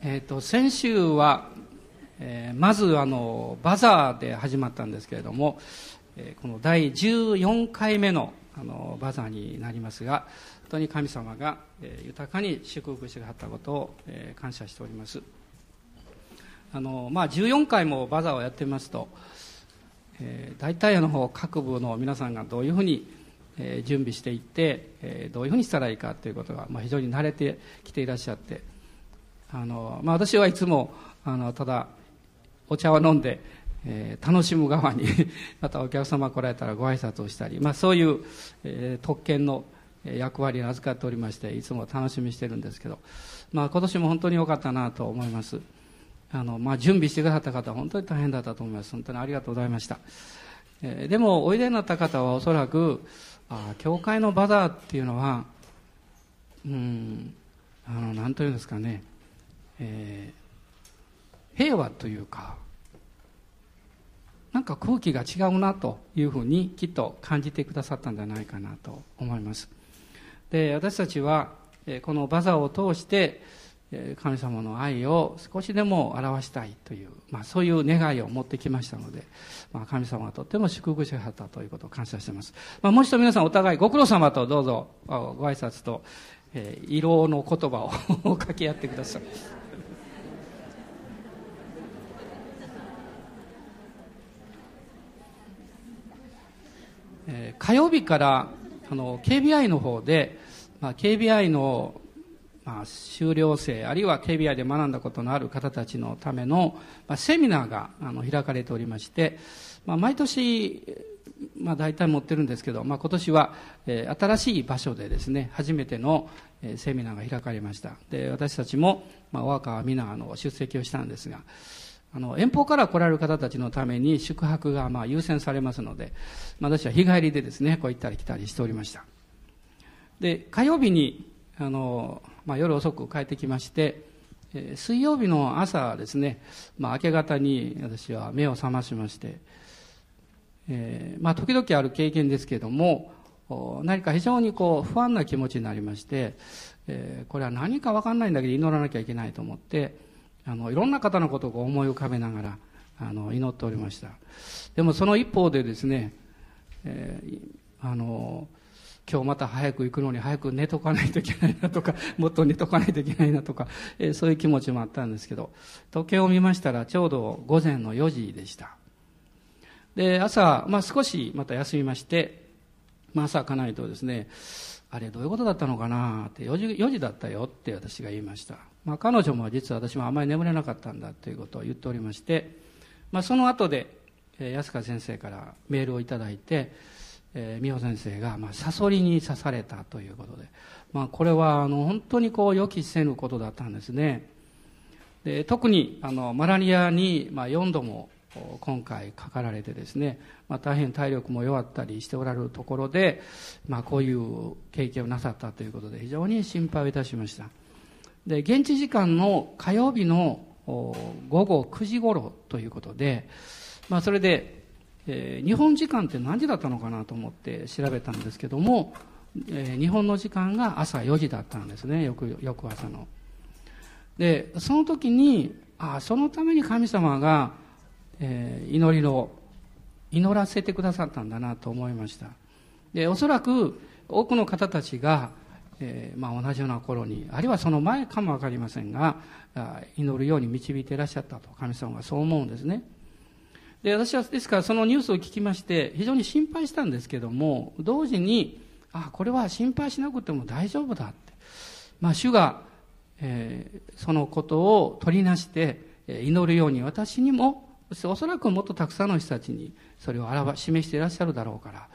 先週は、まずバザーで始まったんですけれども、この第14回目のバザーになりますが、本当に神様が豊かに祝福してくださったことを感謝しております。14回もバザーをやってみますと、大体各部の皆さんがどういうふうに準備していって、どういうふうにしたらいいかということが非常に慣れてきていらっしゃって、私はいつもただお茶を飲んで、楽しむ側にまたお客様来られたらご挨拶をしたり、そういう、特権の役割を預かっておりまして、いつも楽しみにしてるんですけど、今年も本当に良かったなと思います。準備してくださった方は本当に大変だったと思います。本当にありがとうございました。でもおいでになった方はおそらく教会のバザーっていうのは何というんですかね、平和というか、なんか空気が違うなというふうにきっと感じてくださったんじゃないかなと思います。で、私たちはこのバザーを通して神様の愛を少しでも表したいという、そういう願いを持ってきましたので、神様がとっても祝福してくださったということを感謝しています。もう一度皆さんお互いご苦労様とどうぞご挨拶と慰労の言葉を掛け合ってください。火曜日からKBI の方で、KBI の修了生あるいは KBI で学んだことのある方たちのためのセミナーが開かれておりまして、毎年大体持ってるんですけど、今年は新しい場所でですね、初めてのセミナーが開かれました。で、私たちもワーカーは皆出席をしたんですが、遠方から来られる方たちのために宿泊が優先されますので、私は日帰りでですね、こう行ったり来たりしておりました。で、火曜日に夜遅く帰ってきまして、水曜日の朝ですね、明け方に私は目を覚ましまして、時々ある経験ですけれども、何か非常に不安な気持ちになりまして、これは何か分かんないんだけど祈らなきゃいけないと思って、いろんな方のことを思い浮かべながら祈っておりました。でもその一方でですね、今日また早く行くのに早く寝とかないといけないなとか、もっと寝とかないといけないなとか、そういう気持ちもあったんですけど、時計を見ましたらちょうど午前の4時でした。で、朝、少しまた休みまして、朝開かないとですね、あれどういうことだったのかなって、4時だったよって私が言いました。彼女も実は私もあまり眠れなかったんだということを言っておりまして、その後で安川先生からメールをいただいて、美穂先生がサソリに刺されたということで、これは本当に予期せぬことだったんですね。で、特にマラリアに4度も今回かかられてですね、大変体力も弱ったりしておられるところで、こういう経験をなさったということで非常に心配をいたしました。で、現地時間の火曜日の午後9時頃ということで、それで日本時間って何時だったのかなと思って調べたんですけども、日本の時間が朝4時だったんですね、翌朝の。で、その時にそのために神様が、祈らせてくださったんだなと思いました。で、おそらく多くの方たちが、同じような頃に、あるいはその前かもわかりませんが、祈るように導いていらっしゃったと神様がそう思うんですね。で、私はですからそのニュースを聞きまして非常に心配したんですけども、同時にこれは心配しなくても大丈夫だって、主が、そのことを取りなして祈るように私にも、そしておそらくもっとたくさんの人たちにそれを示していらっしゃるだろうから、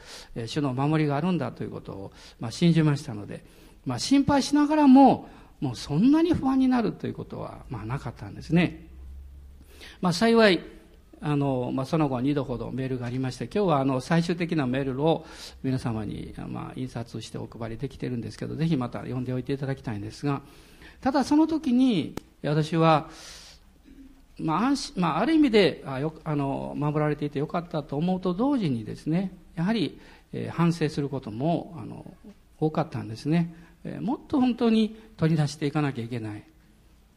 主の守りがあるんだということを、信じましたので、心配しながらももうそんなに不安になるということはなかったんですね。幸いその後2度ほどメールがありまして、今日は最終的なメールを皆様に印刷してお配りできているんですけど、ぜひまた読んでおいていただきたいんですが、ただその時に私はある意味で守られていてよかったと思うと同時にですね、やはり反省することも多かったんですね。もっと本当に取り出していかなきゃいけない。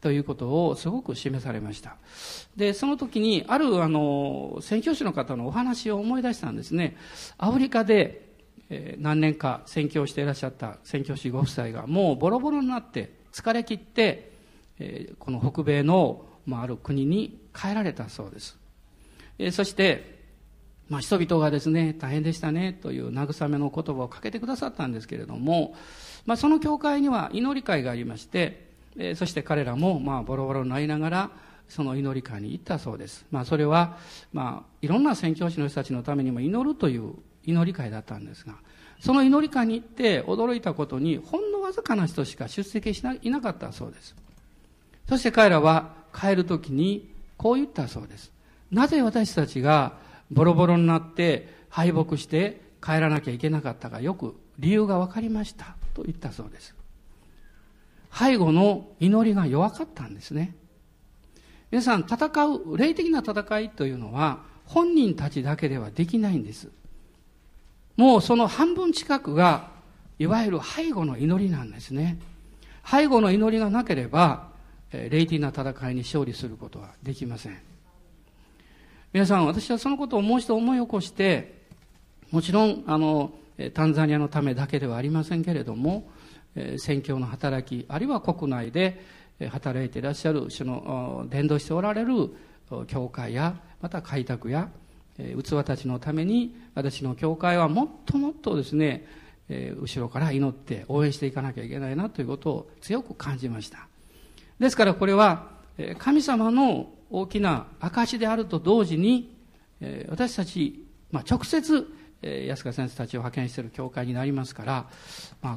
ということをすごく示されました。で、その時にある宣教師の方のお話を思い出したんですね。アフリカで何年か宣教していらっしゃった宣教師ご夫妻がもうボロボロになって疲れ切ってこの北米のある国に帰られたそうです。そして人々がですね、大変でしたねという慰めの言葉をかけてくださったんですけれども、その教会には祈り会がありまして、そして彼らもボロボロになりながらその祈り会に行ったそうです。それはいろんな宣教師の人たちのためにも祈るという祈り会だったんですが、その祈り会に行って驚いたことに、ほんのわずかな人しか出席いなかったそうです。そして彼らは帰るときにこう言ったそうです。なぜ私たちがボロボロになって敗北して帰らなきゃいけなかったか、よく理由が分かりましたと言ったそうです。背後の祈りが弱かったんですね。皆さん、霊的な戦いというのは本人たちだけではできないんです。もうその半分近くがいわゆる背後の祈りなんですね。背後の祈りがなければ霊的な戦いに勝利することはできません。皆さん、私はそのことをもう一度思い起こして、もちろんタンザニアのためだけではありませんけれども、宣教の働き、あるいは国内で働いていらっしゃる伝道しておられる教会や、また開拓や器たちのために、私の教会はもっともっとですね、後ろから祈って応援していかなきゃいけないなということを強く感じました。ですからこれは神様の大きな証であると同時に、私たち、直接安川先生たちを派遣している教会になりますから、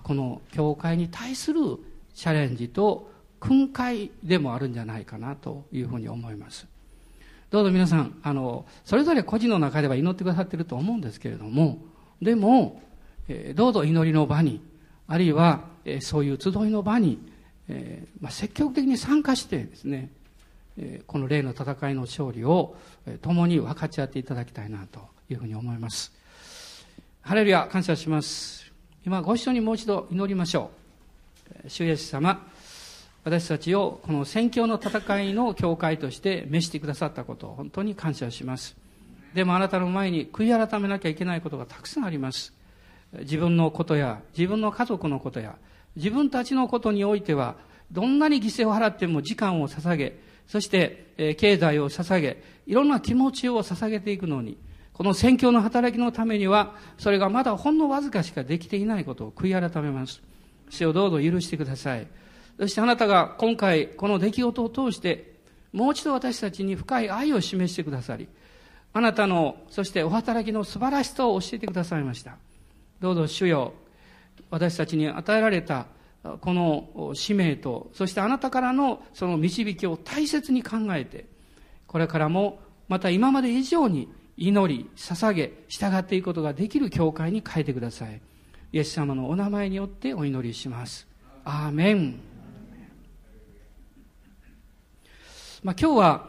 この教会に対するチャレンジと訓戒でもあるんじゃないかなというふうに思います。どうぞ皆さん、それぞれ個人の中では祈ってくださっていると思うんですけれども、でも、どうぞ祈りの場に、あるいはそういう集いの場に、積極的に参加してですね、この霊の戦いの勝利を共に分かち合っていただきたいなというふうに思います。ハレルヤ、感謝します。今ご一緒にもう一度祈りましょう。主イエス様、私たちをこの宣教の戦いの教会として召してくださったことを本当に感謝します。でもあなたの前に悔い改めなきゃいけないことがたくさんあります。自分のことや自分の家族のことや自分たちのことにおいては、どんなに犠牲を払っても時間を捧げ、そして経済を捧げ、いろんな気持ちを捧げていくのに、この宣教の働きのためにはそれがまだほんのわずかしかできていないことを悔い改めます。主をどうぞ許してください。そしてあなたが今回この出来事を通してもう一度私たちに深い愛を示してくださり、あなたのそしてお働きの素晴らしさを教えてくださいました。どうぞ主よ、私たちに与えられたこの使命と、そしてあなたからのその導きを大切に考えて、これからもまた今まで以上に祈り、捧げ、従っていくことができる教会に変えてください。イエス様のお名前によってお祈りします。アーメン。今日は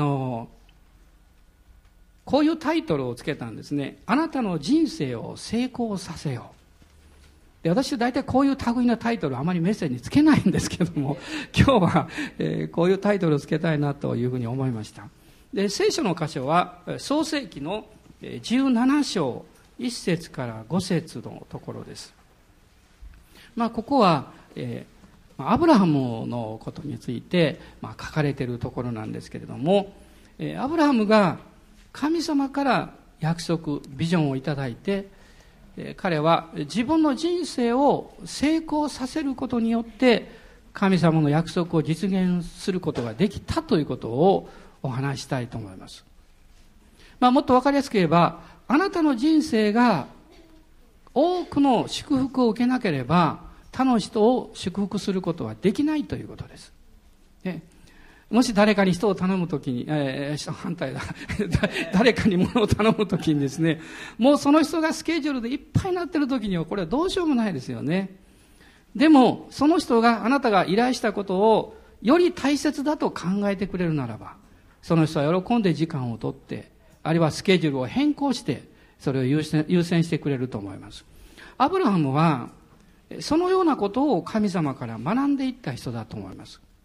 こういうタイトルをつけたんですね。あなたの人生を成功させよう。で、私は大体こういう類のタイトルあまりメッセージにつけないんですけども、今日は、こういうタイトルをつけたいなというふうに思いました。で、聖書の箇所は創世記の17章1節から5節のところです。ここは、アブラハムのことについて、書かれているところなんですけれども、アブラハムが神様から約束、ビジョンをいただいて、彼は自分の人生を成功させることによって神様の約束を実現することができたということをお話したいと思います。もっとわかりやすく言えば、あなたの人生が多くの祝福を受けなければ他の人を祝福することはできないということです。もし誰かに人を頼むときに、反対だ。誰かに物を頼むときにですね、もうその人がスケジュールでいっぱいになっているときにはこれはどうしようもないですよね。でも、その人があなたが依頼したことをより大切だと考えてくれるならば、その人は喜んで時間を取って、あるいはスケジュールを変更して、それを優先してくれると思います。アブラハムは、そのようなことを神様から学んでいった人だと思います。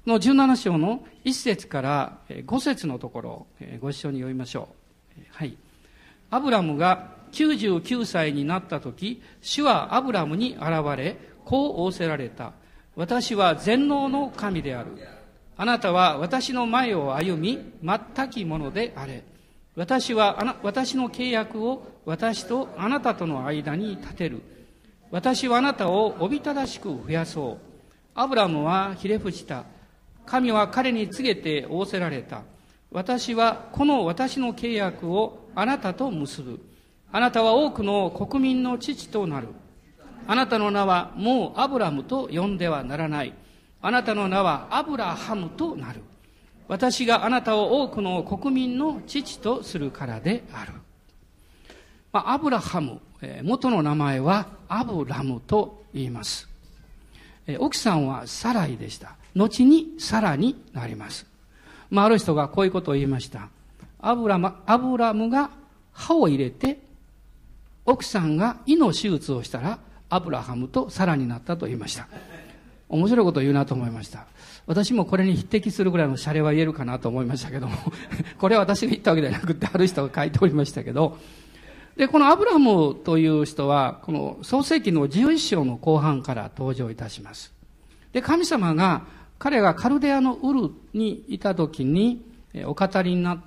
の17章の1節から5節のところをご一緒に読みましょう。はい。アブラムが99歳になった時、主はアブラムに現れ、こう仰せられた。私は全能の神である。あなたは私の前を歩み、全きものであれ。私は私の契約を私とあなたとの間に立てる。私はあなたをおびただしく増やそう。アブラムはひれ伏した。神は彼に告げて仰せられた。私はこの私の契約をあなたと結ぶ。あなたは多くの国民の父となる。あなたの名はもうアブラムと呼んではならない。あなたの名はアブラハムとなる。私があなたを多くの国民の父とするからである。アブラハム、元の名前はアブラムと言います。奥さんはサライでした。後にサラになります。ある人がこういうことを言いました。アブラムが歯を入れて、奥さんが胃の手術をしたら、アブラハムとサラになったと言いました。面白いことを言うなと思いました。私もこれに匹敵するぐらいのシャレは言えるかなと思いましたけども、これは私が言ったわけではなくて、ある人が書いておりましたけど、で、このアブラムという人は、この創世記の11章の後半から登場いたします。で、神様が、彼がカルデアのウルにいた時に、お語りになって、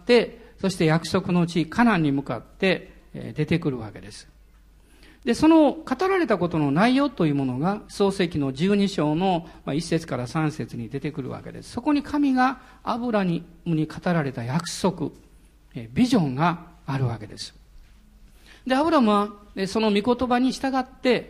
そして約束の地、カナンに向かって出てくるわけです。で、その語られたことの内容というものが、創世記の12章の1節から3節に出てくるわけです。そこに神がアブラムに語られた約束、ビジョンがあるわけです。で、アブラムはその御言葉に従って、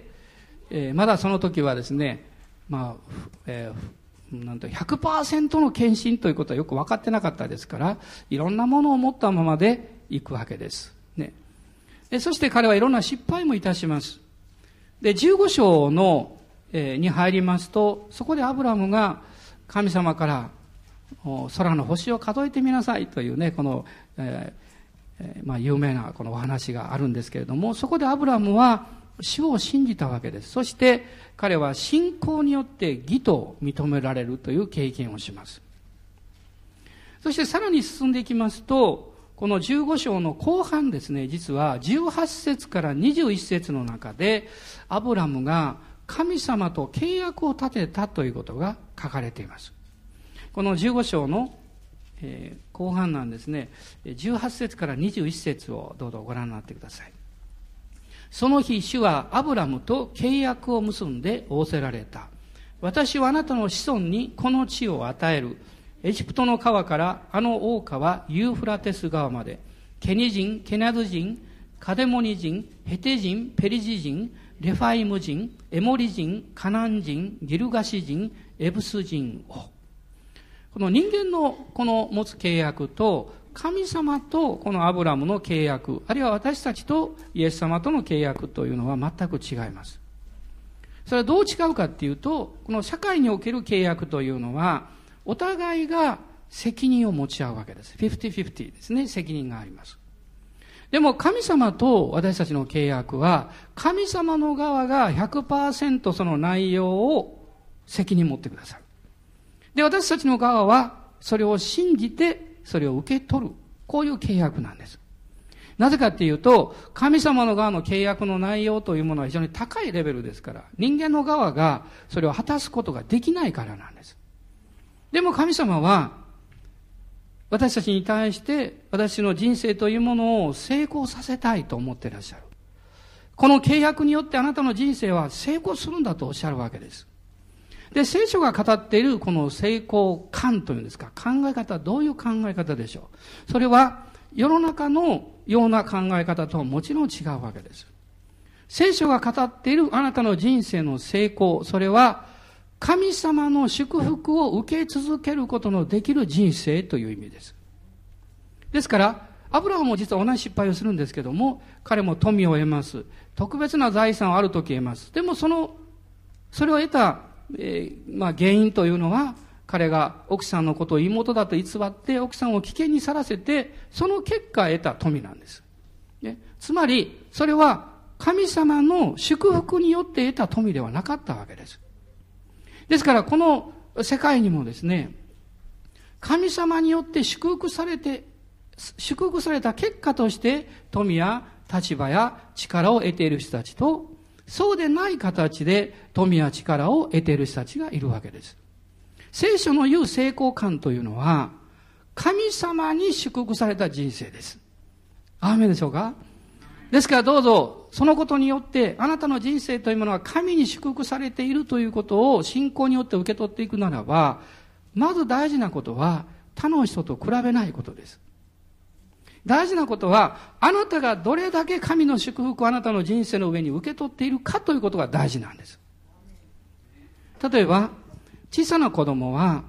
まだその時はですね、100% の献身ということはよく分かってなかったですから、いろんなものを持ったままで行くわけです。ね。そして彼はいろんな失敗もいたします。で、15章の、に入りますと、そこでアブラムが神様から空の星を数えてみなさいというね、この、有名なこのお話があるんですけれども、そこでアブラムは主を信じたわけです。そして彼は信仰によって義と認められるという経験をします。そしてさらに進んでいきますと、この15章の後半ですね、実は18節から21節の中で、アブラムが神様と契約を立てたということが書かれています。この15章の後半なんですね、18節から21節をどうぞご覧になってください。その日、主はアブラムと契約を結んで仰せられた。私はあなたの子孫にこの地を与える。エジプトの川からあの大川ユーフラテス川まで、ケニ人、ケナズ人、カデモニ人、ヘテ人、ペリジ人、レファイム人、エモリ人、カナン人、ギルガシ人、エブス人を。この人間のこの持つ契約と、神様とこのアブラムの契約、あるいは私たちとイエス様との契約というのは全く違います。それはどう違うかっていうと、この社会における契約というのは、お互いが責任を持ち合うわけです。50-50ですね。責任があります。でも神様と私たちの契約は、神様の側が 100% その内容を責任持ってくださる。で、私たちの側はそれを信じてそれを受け取る。こういう契約なんです。なぜかっていうと、神様の側の契約の内容というものは非常に高いレベルですから、人間の側がそれを果たすことができないからなんです。でも神様は、私たちに対して、私の人生というものを成功させたいと思っていらっしゃる。この契約によってあなたの人生は成功するんだとおっしゃるわけです。で、聖書が語っているこの成功観というんですか、考え方はどういう考え方でしょう。それは、世の中のような考え方とはもちろん違うわけです。聖書が語っているあなたの人生の成功、それは、神様の祝福を受け続けることのできる人生という意味です。ですから、アブラハムも実は同じ失敗をするんですけども、彼も富を得ます。特別な財産をある時得ます。でもそれを得た、原因というのは、彼が奥さんのことを妹だと偽って奥さんを危険にさらせて、その結果得た富なんです。つまり、それは神様の祝福によって得た富ではなかったわけです。ですから、この世界にもですね、 神様によって祝福された結果として、富や立場や力を得ている人たちと、そうでない形で富や力を得ている人たちがいるわけです。聖書の言う成功感というのは、神様に祝福された人生です。アーメンでしょうか？ですからどうぞ、そのことによって、あなたの人生というものは神に祝福されているということを信仰によって受け取っていくならば、まず大事なことは、他の人と比べないことです。大事なことは、あなたがどれだけ神の祝福をあなたの人生の上に受け取っているかということが大事なんです。例えば、小さな子供は、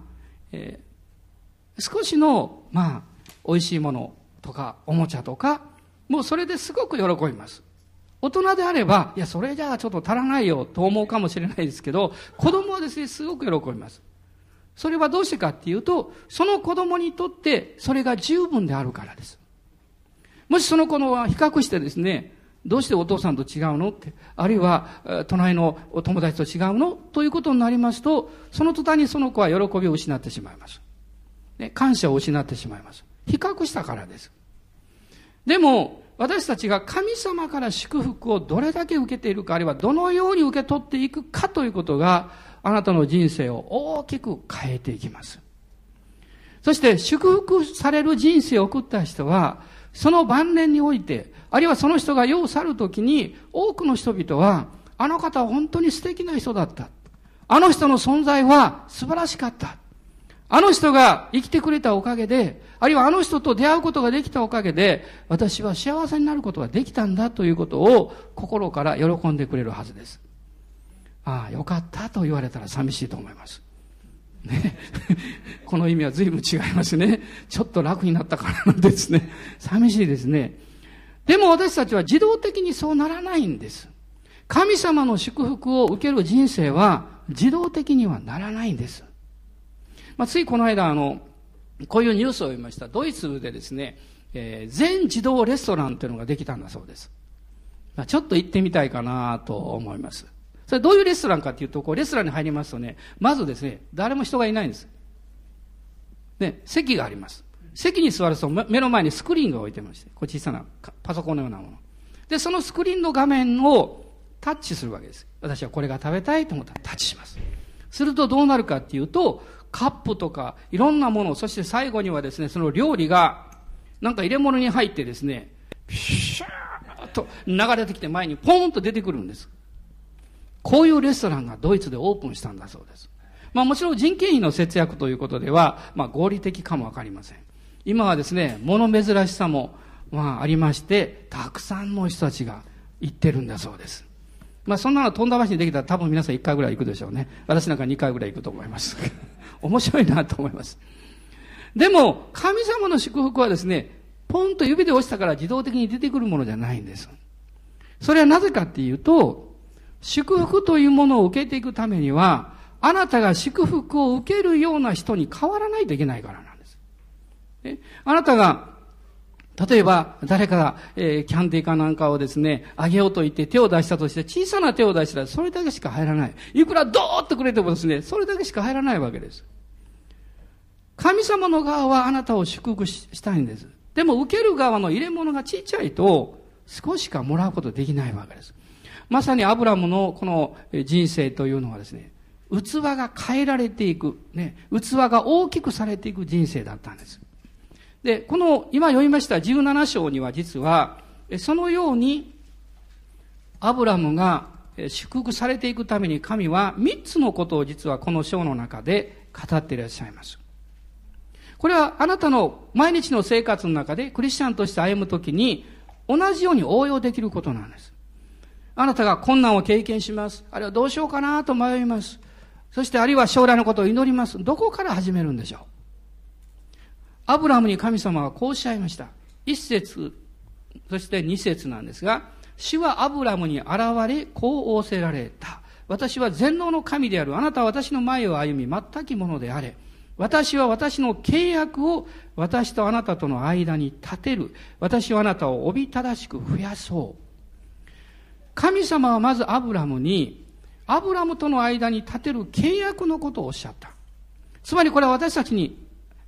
少しの、美味しいものとか、おもちゃとか、もうそれですごく喜びます。大人であれば、いや、それじゃあちょっと足らないよと思うかもしれないですけど、子供はですね、すごく喜びます。それはどうしてかっていうと、その子供にとってそれが十分であるからです。もしその子のは比較してですね、どうしてお父さんと違うのって、あるいは隣のお友達と違うのということになりますと、その途端にその子は喜びを失ってしまいます。感謝を失ってしまいます。比較したからです。でも、私たちが神様から祝福をどれだけ受けているか、あるいはどのように受け取っていくかということが、あなたの人生を大きく変えていきます。そして祝福される人生を送った人は、その晩年において、あるいはその人が世を去るときに、多くの人々は、あの方は本当に素敵な人だった。あの人の存在は素晴らしかった。あの人が生きてくれたおかげで、あるいはあの人と出会うことができたおかげで、私は幸せになることができたんだということを心から喜んでくれるはずです。ああ、よかったと言われたら寂しいと思います。ね、この意味は随分違いますね。ちょっと楽になったからなんですね。寂しいですね。でも私たちは自動的にそうならないんです。神様の祝福を受ける人生は自動的にはならないんです。ついこの間こういうニュースを読みました。ドイツでですね、全自動レストランというのができたんだそうです。ちょっと行ってみたいかなと思います。それどういうレストランかっていうと、レストランに入りますとね、まずですね、誰も人がいないんです。ね、席があります。席に座ると目の前にスクリーンが置いてまして、これ小さなパソコンのようなもの。で、そのスクリーンの画面をタッチするわけです。私はこれが食べたいと思ったらタッチします。するとどうなるかっていうと、カップとかいろんなもの、そして最後にはですね、その料理がなんか入れ物に入ってですね、ピシャーッと流れてきて前にポーンと出てくるんです。こういうレストランがドイツでオープンしたんだそうです。もちろん人件費の節約ということでは、合理的かもわかりません。今はですね、物珍しさもありまして、たくさんの人たちが行ってるんだそうです。そんなの富田橋にできたら多分皆さん1回ぐらい行くでしょうね。私なんか2回ぐらい行くと思います。面白いなと思います。でも、神様の祝福はですね、ポンと指で押したから自動的に出てくるものじゃないんです。それはなぜかっていうと、祝福というものを受けていくためには、あなたが祝福を受けるような人に変わらないといけないからなんです。あなたが、例えば誰かが、キャンディーかなんかをですね、あげようと言って手を出したとして、小さな手を出したらそれだけしか入らない。いくらドーッとくれてもですね、それだけしか入らないわけです。神様の側はあなたを祝福したいんです。でも受ける側の入れ物がちっちゃいと、少しかもらうことできないわけです。まさにアブラムのこの人生というのはですね、器が変えられていく、器が大きくされていく人生だったんです。で、この今読みました17章には実は、そのようにアブラムが祝福されていくために神は3つのことを実はこの章の中で語っていらっしゃいます。これはあなたの毎日の生活の中でクリスチャンとして歩むときに同じように応用できることなんです。あなたが困難を経験します。あるいはどうしようかなと迷います。そしてあるいは将来のことを祈ります。どこから始めるんでしょう。アブラムに神様はこうおっしゃいました。1節、そして2節なんですが、主はアブラムに現れ、こう仰せられた。私は全能の神である。あなたは私の前を歩み、全きものであれ。私は私の契約を私とあなたとの間に立てる。私はあなたをおびただしく増やそう。神様はまずアブラムに、アブラムとの間に立てる契約のことをおっしゃった。つまりこれは私たちに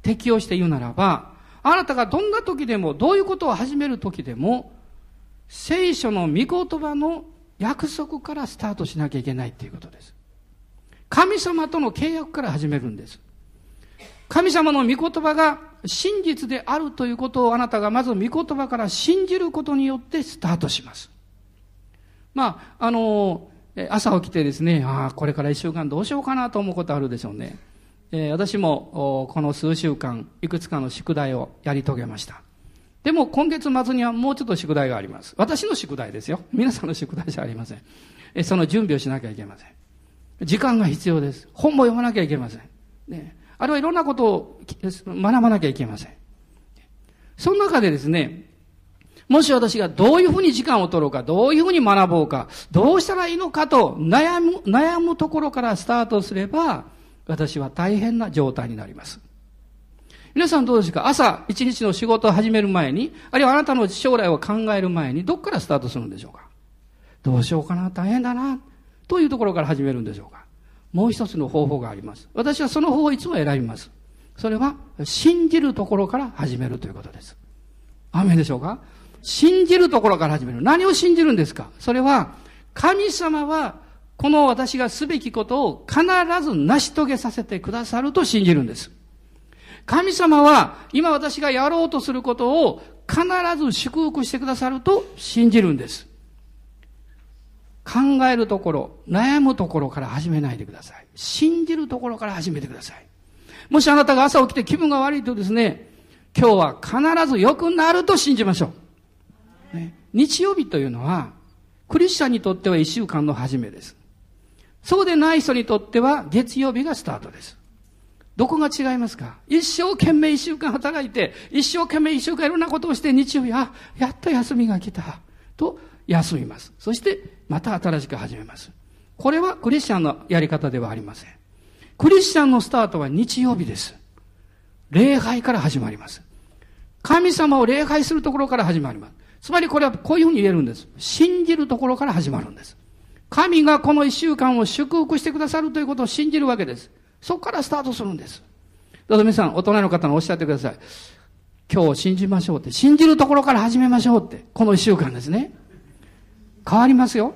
適用して言うならば、あなたがどんな時でも、どういうことを始める時でも、聖書の御言葉の約束からスタートしなきゃいけないっていうことです。神様との契約から始めるんです。神様の御言葉が真実であるということをあなたがまず御言葉から信じることによってスタートします。朝起きてですね、これから一週間どうしようかなと思うことあるでしょうね。私もこの数週間いくつかの宿題をやり遂げました。でも今月末にはもうちょっと宿題があります。私の宿題ですよ。皆さんの宿題じゃありません。その準備をしなきゃいけません。時間が必要です。本も読まなきゃいけません。ね、あるいはいろんなことを学ばなきゃいけません。その中でですね、もし私がどういうふうに時間を取ろうか、どういうふうに学ぼうか、どうしたらいいのかと悩むところからスタートすれば、私は大変な状態になります。皆さんどうですか？朝一日の仕事を始める前に、あるいはあなたの将来を考える前に、どこからスタートするんでしょうか？どうしようかな、大変だな、というところから始めるんでしょうか？もう一つの方法があります。私はその方法をいつも選びます。それは、信じるところから始めるということです。アーメンでしょうか？信じるところから始める。何を信じるんですか？それは、神様は、この私がすべきことを必ず成し遂げさせてくださると信じるんです。神様は、今私がやろうとすることを必ず祝福してくださると信じるんです。考えるところ、悩むところから始めないでください。信じるところから始めてください。もしあなたが朝起きて気分が悪いとですね、今日は必ず良くなると信じましょう。ね、日曜日というのは、クリスチャンにとっては一週間の始めです。そうでない人にとっては月曜日がスタートです。どこが違いますか？一生懸命一週間働いて、一生懸命一週間いろんなことをして日曜日、やっと休みが来た。と休みます。そしてまた新しく始めます。これはクリスチャンのやり方ではありません。クリスチャンのスタートは日曜日です。礼拝から始まります。神様を礼拝するところから始まります。つまりこれはこういうふうに言えるんです。信じるところから始まるんです。神がこの一週間を祝福してくださるということを信じるわけです。そこからスタートするんです。どうぞ皆さん、大人の方におっしゃってください。今日信じましょうって。信じるところから始めましょうって。この一週間ですね。変わりますよ。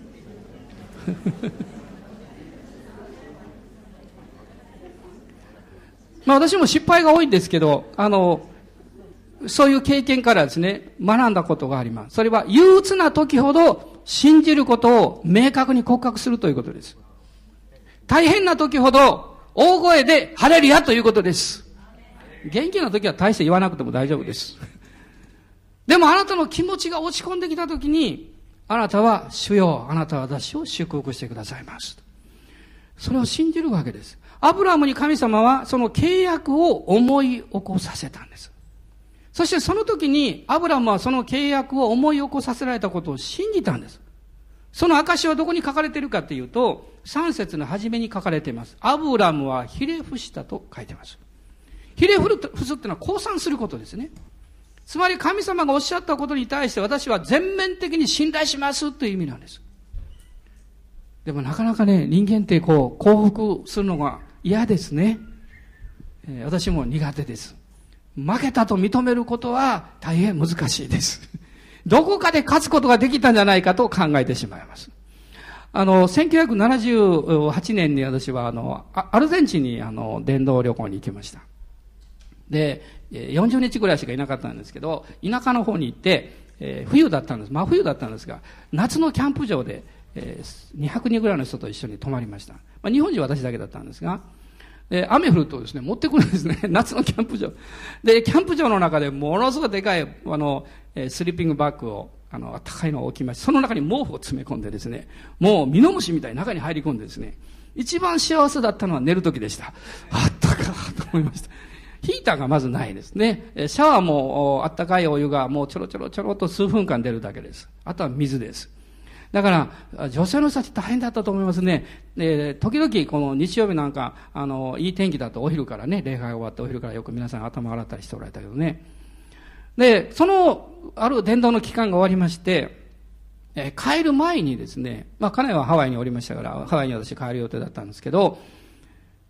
私も失敗が多いんですけど、そういう経験からですね、学んだことがあります。それは憂鬱な時ほど信じることを明確に告白するということです。大変な時ほど大声でハレルヤということです。元気な時は大して言わなくても大丈夫です。でもあなたの気持ちが落ち込んできた時に、あなたは主よ、あなたは私を祝福してくださいます。それを信じるわけです。アブラハムに神様はその契約を思い起こさせたんです。そしてその時にアブラハムはその契約を思い起こさせられたことを信じたんです。その証はどこに書かれているかというと、3節の初めに書かれています。アブラムはひれ伏したと書いています。ひれ伏すっていうのは降参することですね。つまり神様がおっしゃったことに対して私は全面的に信頼しますという意味なんです。でもなかなかね、人間って降伏するのが嫌ですね。私も苦手です。負けたと認めることは大変難しいです。どこかで勝つことができたんじゃないかと考えてしまいます。1978年に私はアルゼンチンに伝道旅行に行きました。で、40日ぐらいしかいなかったんですけど、田舎の方に行って、冬だったんです。真冬だったんですが、夏のキャンプ場で、200人ぐらいの人と一緒に泊まりました。日本人は私だけだったんですが、雨降るとですね、持ってくるんですね。夏のキャンプ場。で、キャンプ場の中でものすごいでかい、スリーピングバッグを、高いのを置きまして、その中に毛布を詰め込んでですね、もうミノムシみたいに中に入り込んでですね、一番幸せだったのは寝る時でした。あったかと思いました。ヒーターがまずないですね。シャワーもあったかいお湯がもうちょろと数分間出るだけです。あとは水です。だから、女性の人たち大変だったと思いますね。時々この日曜日なんか、いい天気だとお昼からね、礼拝終わってお昼からよく皆さん頭洗ったりしておられたけどね。で、ある伝道の期間が終わりまして、帰る前にですね、家内はハワイにおりましたから、ハワイに私帰る予定だったんですけど、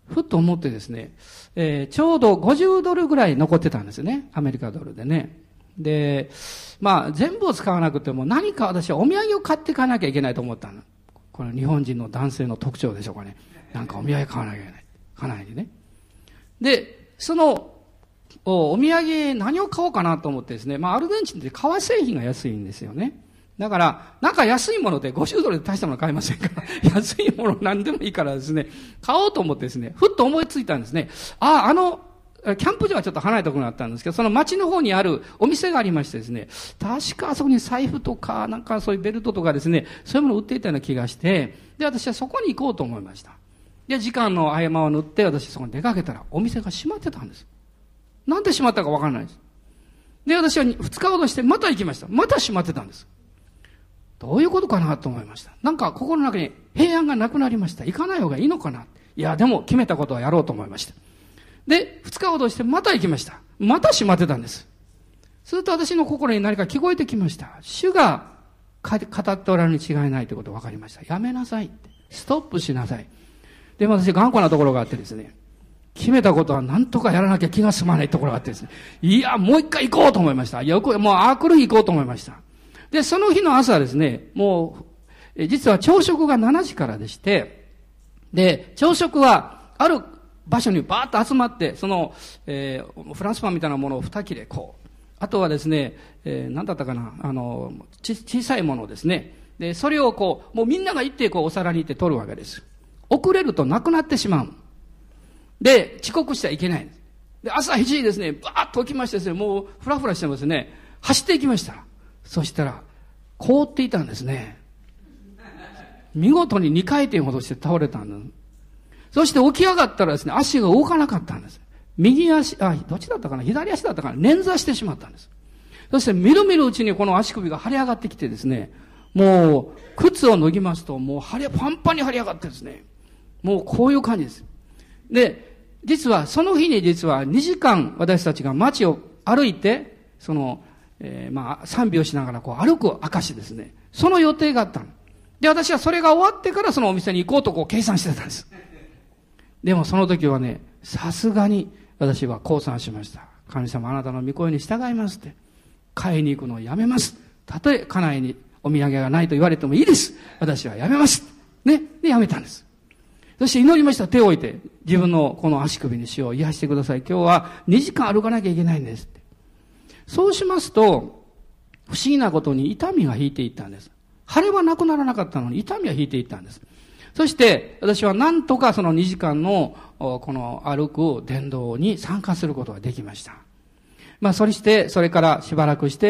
ふっと思ってですね、ちょうど50ドルぐらい残ってたんですよね。アメリカドルでね。で、まあ、全部を使わなくても何か私はお土産を買っていかなきゃいけないと思ったの。これ日本人の男性の特徴でしょうかね。なんかお土産買わなきゃいけない。家内にね。で、その、お土産何を買おうかなと思ってですね、まあアルゼンチンって革製品が安いんですよね。だから、なんか安いもので50ドルで大したもの買えませんから、安いもの何でもいいからですね、買おうと思ってですね、ふっと思いついたんですね。キャンプ場はちょっと離れたところにあったんですけど、その町の方にあるお店がありましてですね、確かあそこに財布とか、なんかそういうベルトとかですね、そういうものを売っていたような気がして、で、私はそこに行こうと思いました。で、時間の合間を縫って、私そこに出かけたら、お店が閉まってたんです。なんで閉まったかわからないです。で、私は2日ほどしてまた行きました。また閉まってたんです。どういうことかなと思いました。なんか心の中に平安がなくなりました。行かない方がいいのかな。いや、でも決めたことはやろうと思いました。で、2日ほどしてまた行きました。また閉まってたんです。すると私の心に何か聞こえてきました。主が語っておられるに違いないということが分かりました。やめなさいって。ストップしなさい。で、私頑固なところがあってですね、決めたことは何とかやらなきゃ気が済まないところがあってですね、いや、もう一回行こうと思いました。いや、もう来る日行こうと思いました。で、その日の朝ですね、もう、実は朝食が7時からでして、で、朝食はある場所にバーッと集まって、その、フランスパンみたいなものを2切れこう。あとはですね、何だったかな、小さいものですね。で、それをこう、もうみんなが行ってこうお皿に行って取るわけです。遅れるとなくなってしまう。で、遅刻しちゃいけない。で、朝7時ですね、バーッと起きましてですね、もうフラフラしてますね。走っていきました。そしたら、凍っていたんですね。見事に2回転ほどして倒れたんです。そして起き上がったらですね、足が動かなかったんです。右足、どっちだったかな、左足だったかな、捻挫してしまったんです。そしてみるみるうちにこの足首が腫れ上がってきてですね、もう靴を脱ぎますともうパンパンに腫れ上がってですね、もうこういう感じです。で、実はその日に実は2時間私たちが街を歩いて、その、賛美をしながらこう歩く証ですね。その予定があったの。で、私はそれが終わってからそのお店に行こうとこう計算してたんです。でもその時はね、さすがに私は降参しました。神様、あなたの御声に従いますって。買いに行くのをやめます。たとえ家内にお土産がないと言われてもいいです。私はやめます。ね。で、やめたんです。そして祈りました。手を置いて、自分のこの足首に主を癒してください。今日は2時間歩かなきゃいけないんですって。そうしますと、不思議なことに痛みが引いていったんです。腫れはなくならなかったのに痛みは引いていったんです。そして私は何とかその2時間のこの歩く伝道に参加することができました。それからしばらくして、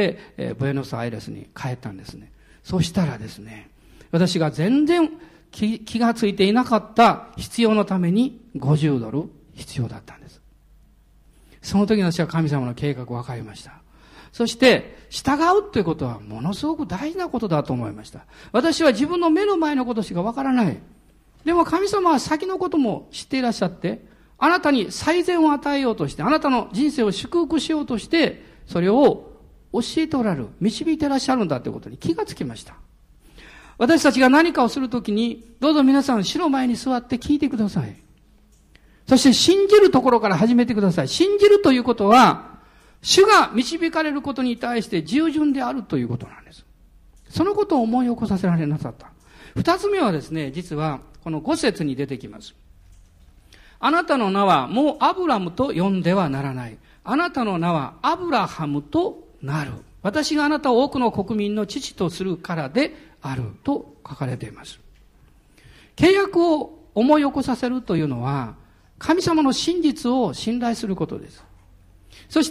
ブエノスアイレスに帰ったんですね。そしたらですね、私が全然気がついていなかった必要のために50ドル必要だったんです。その時に私は神様の計画を分かりました。そして、従うということはものすごく大事なことだと思いました。私は自分の目の前のことしか分からない。でも神様は先のことも知っていらっしゃって、あなたに最善を与えようとして、あなたの人生を祝福しようとして、それを教えておられる、導いていらっしゃるんだということに気がつきました。私たちが何かをするときに、どうぞ皆さん、主の前に座って聞いてください。そして信じるところから始めてください。信じるということは、主が導かれることに対して従順であるということなんです。そのことを思い起こさせられなさった。二つ目はですね、実はこの5節に出てきます。あなたの名はもうアブラムと呼んではならない。あなたの名はアブラハムとなる。私があなたを多くの国民の父とするからであると書かれています。契約を思い起こさせるというのは、神様の真実を信頼することです。そして、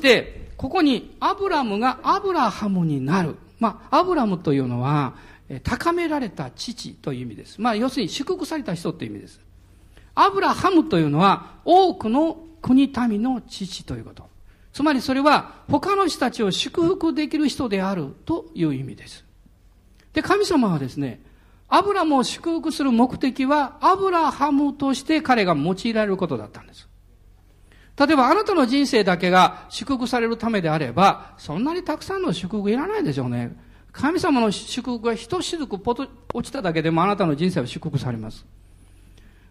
ここにアブラムがアブラハムになる。アブラムというのは、高められた父という意味です。要するに祝福された人という意味です。アブラハムというのは、多くの国民の父ということ。つまりそれは、他の人たちを祝福できる人であるという意味です。で、神様はですね、アブラムを祝福する目的は、アブラハムとして彼が用いられることだったんです。例えばあなたの人生だけが祝福されるためであれば、そんなにたくさんの祝福いらないでしょうね。神様の祝福が一雫落ちただけでもあなたの人生は祝福されます。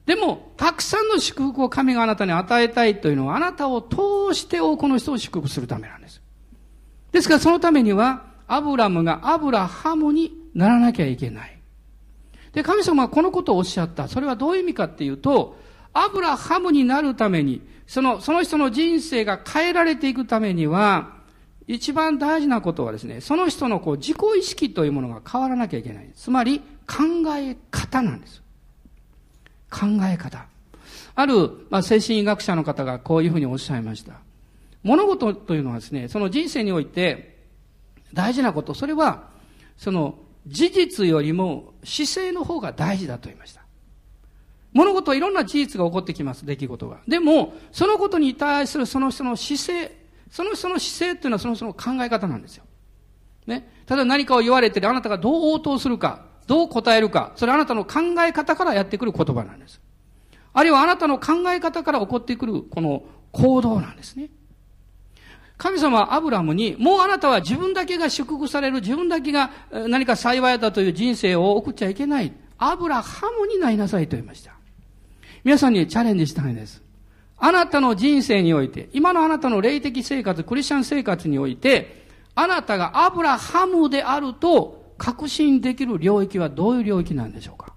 でも、たくさんの祝福を神があなたに与えたいというのは、あなたを通して多くの人を祝福するためなんです。ですから、そのためには、アブラムがアブラハムにならなきゃいけない。で、神様はこのことをおっしゃった。それはどういう意味かっていうと、アブラハムになるために、その人の人生が変えられていくためには、一番大事なことはですね、その人の自己意識というものが変わらなきゃいけない。つまり、考え方なんです。考え方。ある、精神医学者の方がこういうふうにおっしゃいました。物事というのはですね、その人生において大事なこと、それは、その事実よりも姿勢の方が大事だと言いました。物事はいろんな事実が起こってきます、出来事が。でも、そのことに対するその人の姿勢、その人の姿勢っていうのはその人の考え方なんですよ。ね。ただ何かを言われてあなたがどう応答するか、どう答えるか、それはあなたの考え方からやってくる言葉なんです。あるいはあなたの考え方から起こってくるこの行動なんですね。神様はアブラムに、もうあなたは自分だけが祝福される、自分だけが何か幸いだという人生を送っちゃいけない。アブラハムになりなさいと言いました。皆さんにチャレンジしたいんです。あなたの人生において、今のあなたの霊的生活、クリスチャン生活において、あなたがアブラハムであると確信できる領域はどういう領域なんでしょうか。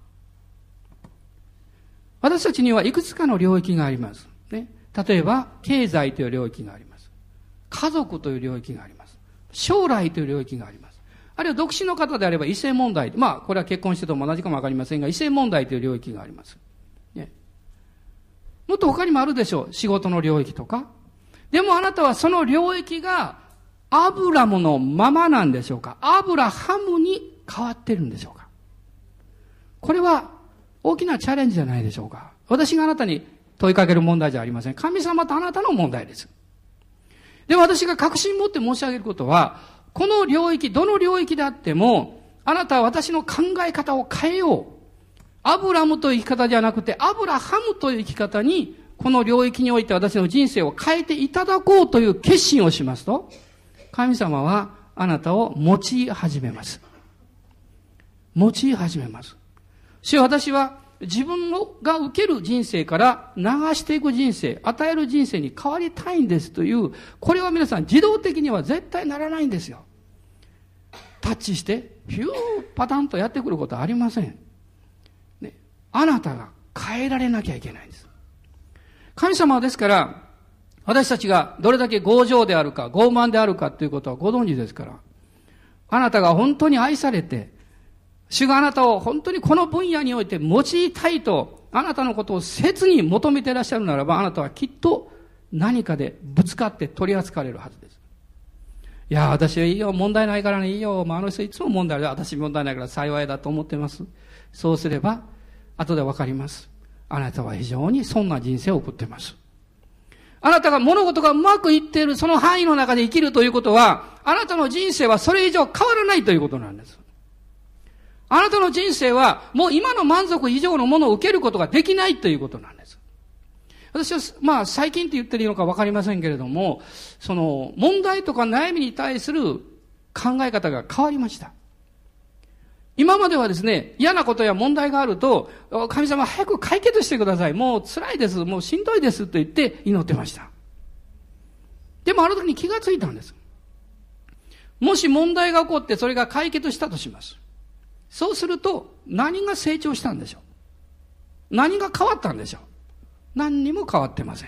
私たちにはいくつかの領域があります。ね。例えば、経済という領域があります。家族という領域があります。将来という領域があります。あるいは独身の方であれば異性問題。これは結婚してとも同じかもわかりませんが、異性問題という領域があります。ね。もっと他にもあるでしょう。仕事の領域とか。でもあなたはその領域がアブラムのままなんでしょうか。アブラハムに変わってるんでしょうか。これは大きなチャレンジじゃないでしょうか。私があなたに問いかける問題じゃありません。神様とあなたの問題です。で、私が確信持って申し上げることは、この領域、どの領域であっても、あなたは私の考え方を変えよう。アブラムという生き方じゃなくて、アブラハムという生き方に、この領域において私の人生を変えていただこうという決心をしますと、神様はあなたを用い始めます。用い始めます。主よ、私は自分が受ける人生から流していく人生、与える人生に変わりたいんですという、これは皆さん自動的には絶対ならないんですよ。タッチして、ピューパタンとやってくることはありません。ね、あなたが変えられなきゃいけないんです。神様はですから、私たちがどれだけ強情であるか、傲慢であるかということはご存知ですから、あなたが本当に愛されて、主があなたを本当にこの分野において用いたいと、あなたのことを切に求めていらっしゃるならば、あなたはきっと何かでぶつかって取り扱われるはずです。いや、私はいいよ、問題ないからね、いいよ、あの人いつも問題ある、私問題ないから幸いだと思ってます。そうすれば、後でわかります。あなたは非常にそんな人生を送っています。あなたが物事がうまくいっているその範囲の中で生きるということは、あなたの人生はそれ以上変わらないということなんです。あなたの人生はもう今の満足以上のものを受けることができないということなんです。私は最近って言ってるのかわかりませんけれども、その問題とか悩みに対する考え方が変わりました。今まではですね、嫌なことや問題があると、神様早く解決してください。もう辛いです。もうしんどいですと言って祈ってました。でもある時に気がついたんです。もし問題が起こってそれが解決したとします。そうすると何が成長したんでしょう。何が変わったんでしょう。何にも変わってません。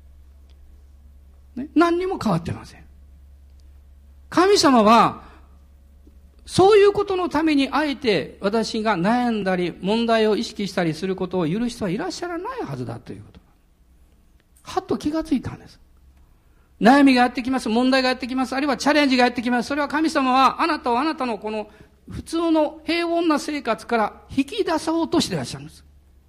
ね、何にも変わってません。神様はそういうことのためにあえて私が悩んだり問題を意識したりすることを許す人はいらっしゃらないはずだということ。はっと気がついたんです。悩みがやってきます。問題がやってきます。あるいはチャレンジがやってきます。それは神様はあなたをあなたのこの普通の平穏な生活から引き出そうとしていらっしゃるんです。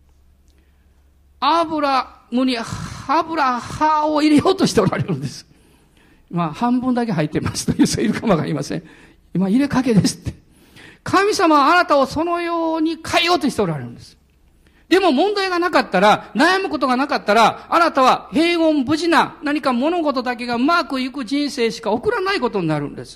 アブラムに歯を入れようとしておられるんです。半分だけ入ってますという人いるかもわかりません。今入れかけですって。神様はあなたをそのように変えようとしておられるんです。でも問題がなかったら、悩むことがなかったら、あなたは平穏無事な何か物事だけがうまくいく人生しか送らないことになるんです。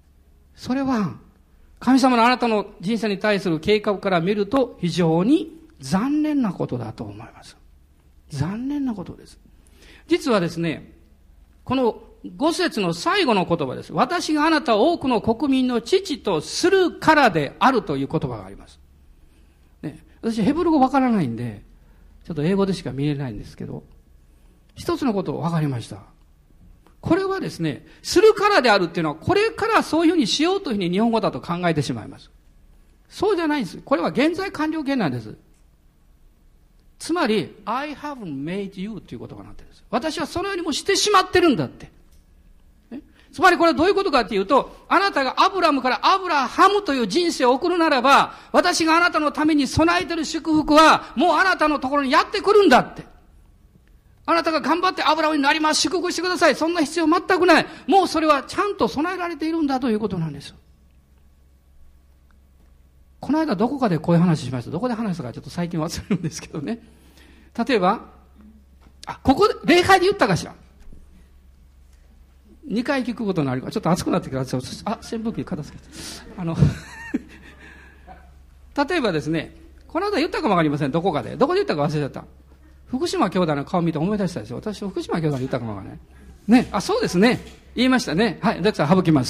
それは、神様のあなたの人生に対する計画から見ると非常に残念なことだと思います。残念なことです。実はですね、この5節の最後の言葉です。私があなたを多くの国民の父とするからであるという言葉があります。ね、私ヘブル語わからないんで、ちょっと英語でしか見えないんですけど、一つのこと分かりました。これはですね、するからであるっていうのは、これからそういうふうにしようというふうに日本語だと考えてしまいます。そうじゃないんです。これは現在完了形なんです。つまり、I have made you ということがなってるんです。私はそのようにもしてしまってるんだって。つまりこれはどういうことかっていうと、あなたがアブラムからアブラハムという人生を送るならば、私があなたのために備えている祝福は、もうあなたのところにやってくるんだって。あなたが頑張ってアブラムになります。祝福してください。そんな必要全くない。もうそれはちゃんと備えられているんだということなんです。この間どこかでこういう話しました。どこで話したかちょっと最近忘れるんですけどね。例えば、ここで、礼拝で言ったかしら。2回聞くことになるから、ちょっと熱くなってきたら、扇風機片付けて。例えばですね、この間言ったかもわかりません。どこかで。どこで言ったか忘れちゃった。福島兄弟の顔見て思い出したでしょ。私、福島兄弟で言ったかもわからない。ね。そうですね。言いましたね。はい。だから省きます。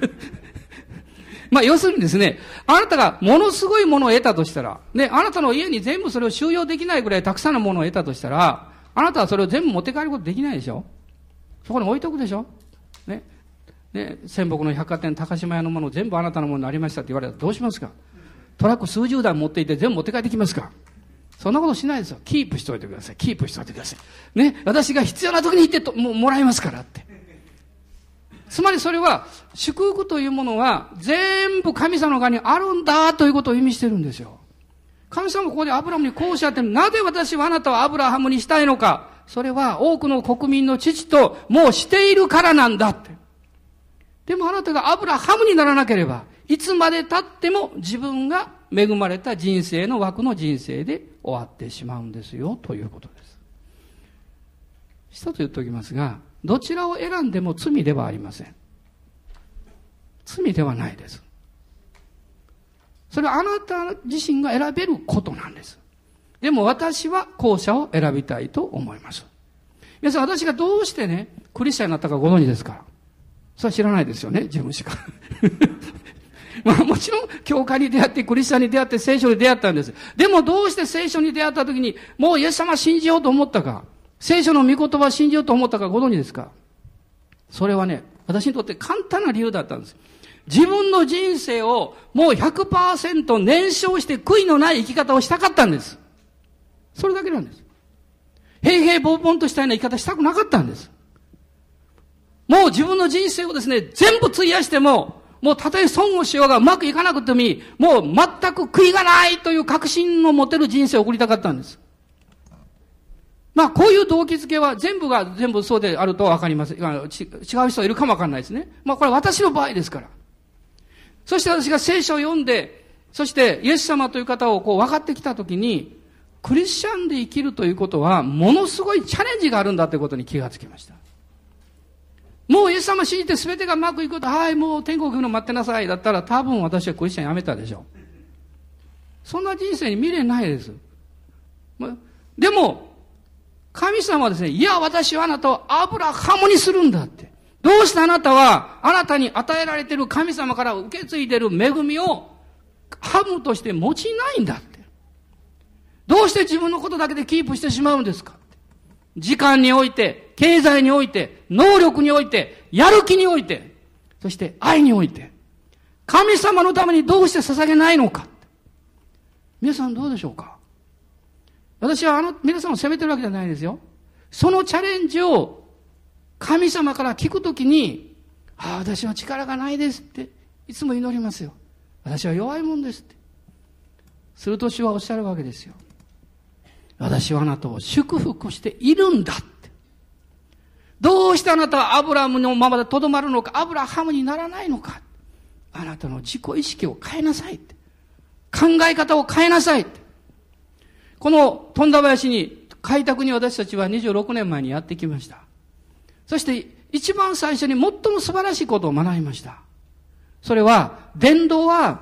要するにですね、あなたがものすごいものを得たとしたら、ね、あなたの家に全部それを収容できないぐらいたくさんのものを得たとしたら、あなたはそれを全部持って帰ることできないでしょ。そこに置いとくでしょ。ね。ね、仙北の百貨店高島屋のもの全部あなたのものになりましたって言われたらどうしますか。トラック数十台持っていて全部持って帰ってきますか。そんなことしないですよ。キープしておいてください。キープしておいてください。ね。私が必要な時に行ってもらいますからって。つまりそれは、祝福というものは全部神様の側にあるんだということを意味してるんですよ。神様もここでアブラハムにこうおっしゃってる。なぜ私はあなたをアブラハムにしたいのか。それは多くの国民の父ともうしているからなんだって。でもあなたがアブラハムにならなければ、いつまで経っても自分が恵まれた人生の枠の人生で終わってしまうんですよということです。一つ言っておきますが、どちらを選んでも罪ではありません。罪ではないです。それはあなた自身が選べることなんです。でも私は後者を選びたいと思います。皆さん、私がどうしてね、クリスチャンになったかご存知ですか。それは知らないですよね、自分しか。もちろん、教会に出会って、クリスチャンに出会って、聖書に出会ったんです。でもどうして聖書に出会った時に、もうイエス様信じようと思ったか。聖書の御言葉を信じようと思ったかご存知ですか。それはね、私にとって簡単な理由だったんです。自分の人生をもう 100% 燃焼して悔いのない生き方をしたかったんです。それだけなんです。平々凡々としたような生き方したくなかったんです。もう自分の人生をですね、全部費やしても、もうたとえ損をしようがうまくいかなくてもいい、もう全く悔いがないという確信の持てる人生を送りたかったんです。こういう動機づけは全部が全部そうであるとはわかりません。違う人はいるかもわかんないですね。これは私の場合ですから。そして私が聖書を読んで、そしてイエス様という方を分かってきたときに、クリスチャンで生きるということは、ものすごいチャレンジがあるんだということに気がつきました。もうイエス様信じて全てがうまくいくと、はい、もう天国行くの待ってなさい。だったら多分私はクリスチャンやめたでしょう。そんな人生に未練ないです。でも、神様はですね、いや、私はあなたをアブラハムにするんだって。どうしてあなたは、あなたに与えられている神様から受け継いでいる恵みを、ハムとして持ちないんだって。どうして自分のことだけでキープしてしまうんですか。時間において、経済において、能力において、やる気において、そして愛において、神様のためにどうして捧げないのか。皆さんどうでしょうか。私は皆さんを責めてるわけじゃないですよ。そのチャレンジを神様から聞くときに、私は力がないですっていつも祈りますよ。私は弱いもんですって。すると主はおっしゃるわけですよ。私はあなたを祝福しているんだって。どうしてあなたはアブラハムのままでとどまるのか、アブラハムにならないのか。あなたの自己意識を変えなさいって。考え方を変えなさいって。この富田林に、開拓に私たちは26年前にやってきました。そして一番最初に最も素晴らしいことを学びました。それは、伝道は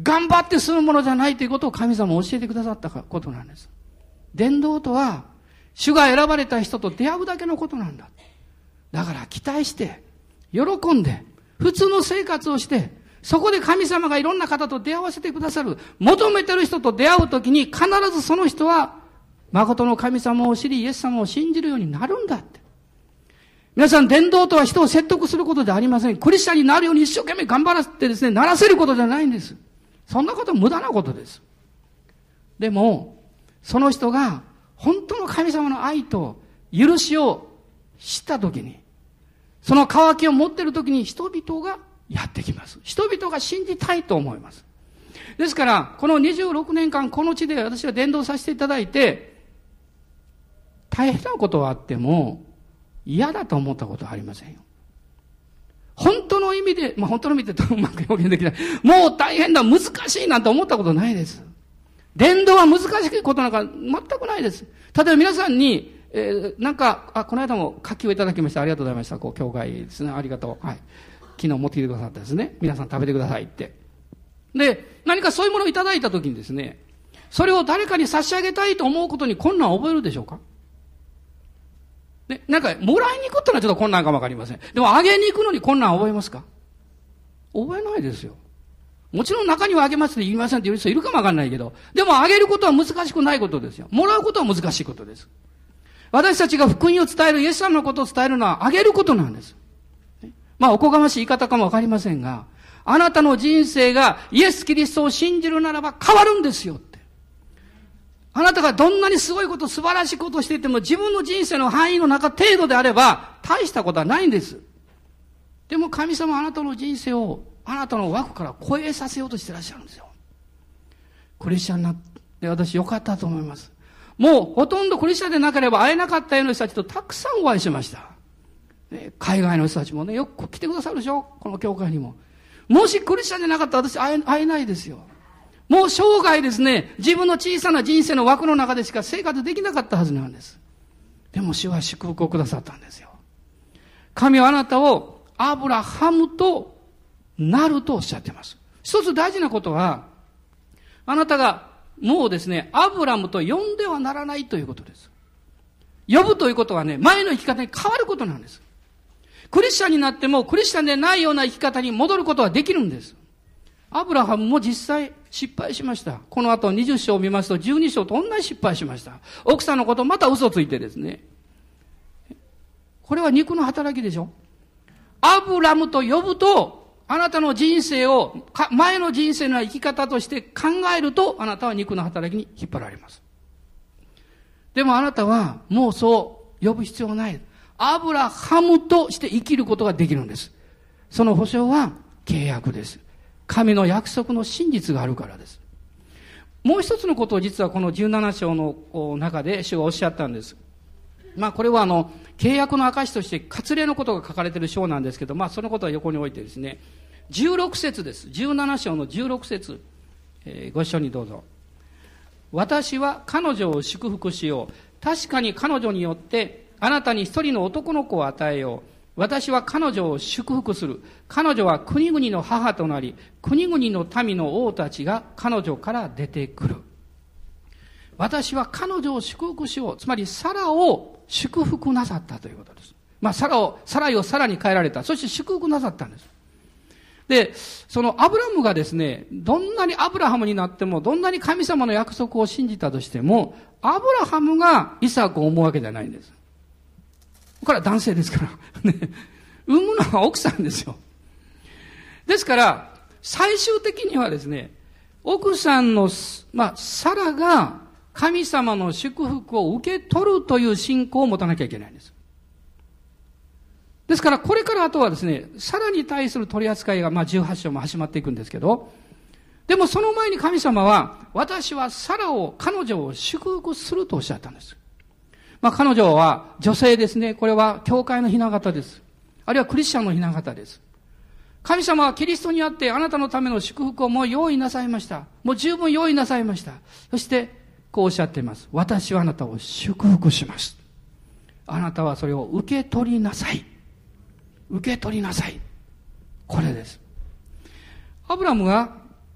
頑張ってするものじゃないということを神様教えてくださったことなんです。伝道とは、主が選ばれた人と出会うだけのことなんだ。だから期待して、喜んで、普通の生活をして、そこで神様がいろんな方と出会わせてくださる。求めてる人と出会うときに必ずその人は、誠の神様を知り、イエス様を信じるようになるんだって。皆さん、伝道とは人を説得することではありません。クリスチャンになるように一生懸命頑張らせてですね、ならせることじゃないんです。そんなことは無駄なことです。でも、その人が本当の神様の愛と許しを知ったときに、その渇きを持っているときに人々がやってきます。人々が信じたいと思います。ですから、この26年間この地で私は伝道させていただいて、大変なことはあっても嫌だと思ったことはありませんよ。本当の意味で、本当の意味でうまく表現できない。もう大変だ、難しいなんて思ったことないです。伝道は難しいことなんか全くないです。例えば皆さんに、この間も柿をいただきました。ありがとうございました。教会ですね。ありがとう。はい。昨日持ってきてくださったですね。皆さん食べてくださいって。で、何かそういうものをいただいたときにですね、それを誰かに差し上げたいと思うことに困難を覚えるでしょうか？で、もらいに行くってのはちょっと困難かもわかりません。でも、あげに行くのに困難を覚えますか？覚えないですよ。もちろん中にはあげますって言いませんって言う人いるかもわかんないけど、でもあげることは難しくないことですよ。もらうことは難しいことです。私たちが福音を伝える、イエス様のことを伝えるのはあげることなんです。おこがましい言い方かもわかりませんが、あなたの人生がイエス・キリストを信じるならば変わるんですよって。あなたがどんなにすごいこと、素晴らしいことをしていても自分の人生の範囲の中程度であれば大したことはないんです。でも神様はあなたの人生をあなたの枠から超えさせようとしてらっしゃるんですよ。クリスチャンになって私よかったと思います。もうほとんどクリスチャンでなければ会えなかったような人たちとたくさんお会いしました。海外の人たちもね、よく来てくださるでしょ、この教会にも。もしクリスチャンでなかったら私会えないですよ。もう生涯ですね、自分の小さな人生の枠の中でしか生活できなかったはずなんです。でも主は祝福をくださったんですよ。神はあなたをアブラハムとなるとおっしゃっています。一つ大事なことは、あなたがもうですね、アブラムと呼んではならないということです。呼ぶということはね、前の生き方に変わることなんです。クリスチャンになってもクリスチャンでないような生き方に戻ることはできるんです。アブラハムも実際失敗しました。この後20章を見ますと12章と同じ失敗しました。奥さんのことまた嘘ついてですね。これは肉の働きでしょ。アブラムと呼ぶと、あなたの人生を、前の人生の生き方として考えると、あなたは肉の働きに引っ張られます。でもあなたはもうそう呼ぶ必要はない。アブラハムとして生きることができるんです。その保証は契約です。神の約束の真実があるからです。もう一つのことを実はこの17章の中で主がおっしゃったんです。これは契約の証として割礼のことが書かれている章なんですけど、そのことは横に置いてですね、16節です。17章の16節、ご一緒にどうぞ。私は彼女を祝福しよう。確かに彼女によってあなたに一人の男の子を与えよう。私は彼女を祝福する。彼女は国々の母となり、国々の民の王たちが彼女から出てくる。私は彼女を祝福しよう。つまりサラを祝福なさったということです。サライをサラに変えられた。そして祝福なさったんです。で、そのアブラムがですね、どんなにアブラハムになっても、どんなに神様の約束を信じたとしても、アブラハムがイサクを思うわけじゃないんです。これは男性ですから。ね、産むのは奥さんですよ。ですから、最終的にはですね、奥さんの、サラが神様の祝福を受け取るという信仰を持たなきゃいけないんです。ですから、これからあとはですね、サラに対する取り扱いが18章も始まっていくんですけど、でもその前に神様は、私は彼女を祝福するとおっしゃったんです。彼女は女性ですね。これは教会の雛形です。あるいはクリスチャンの雛形です。神様はキリストにあってあなたのための祝福をもう用意なさいました。もう十分用意なさいました。そして、こうおっしゃっています。私はあなたを祝福します。あなたはそれを受け取りなさい。受け取りなさい。これです。アブラムが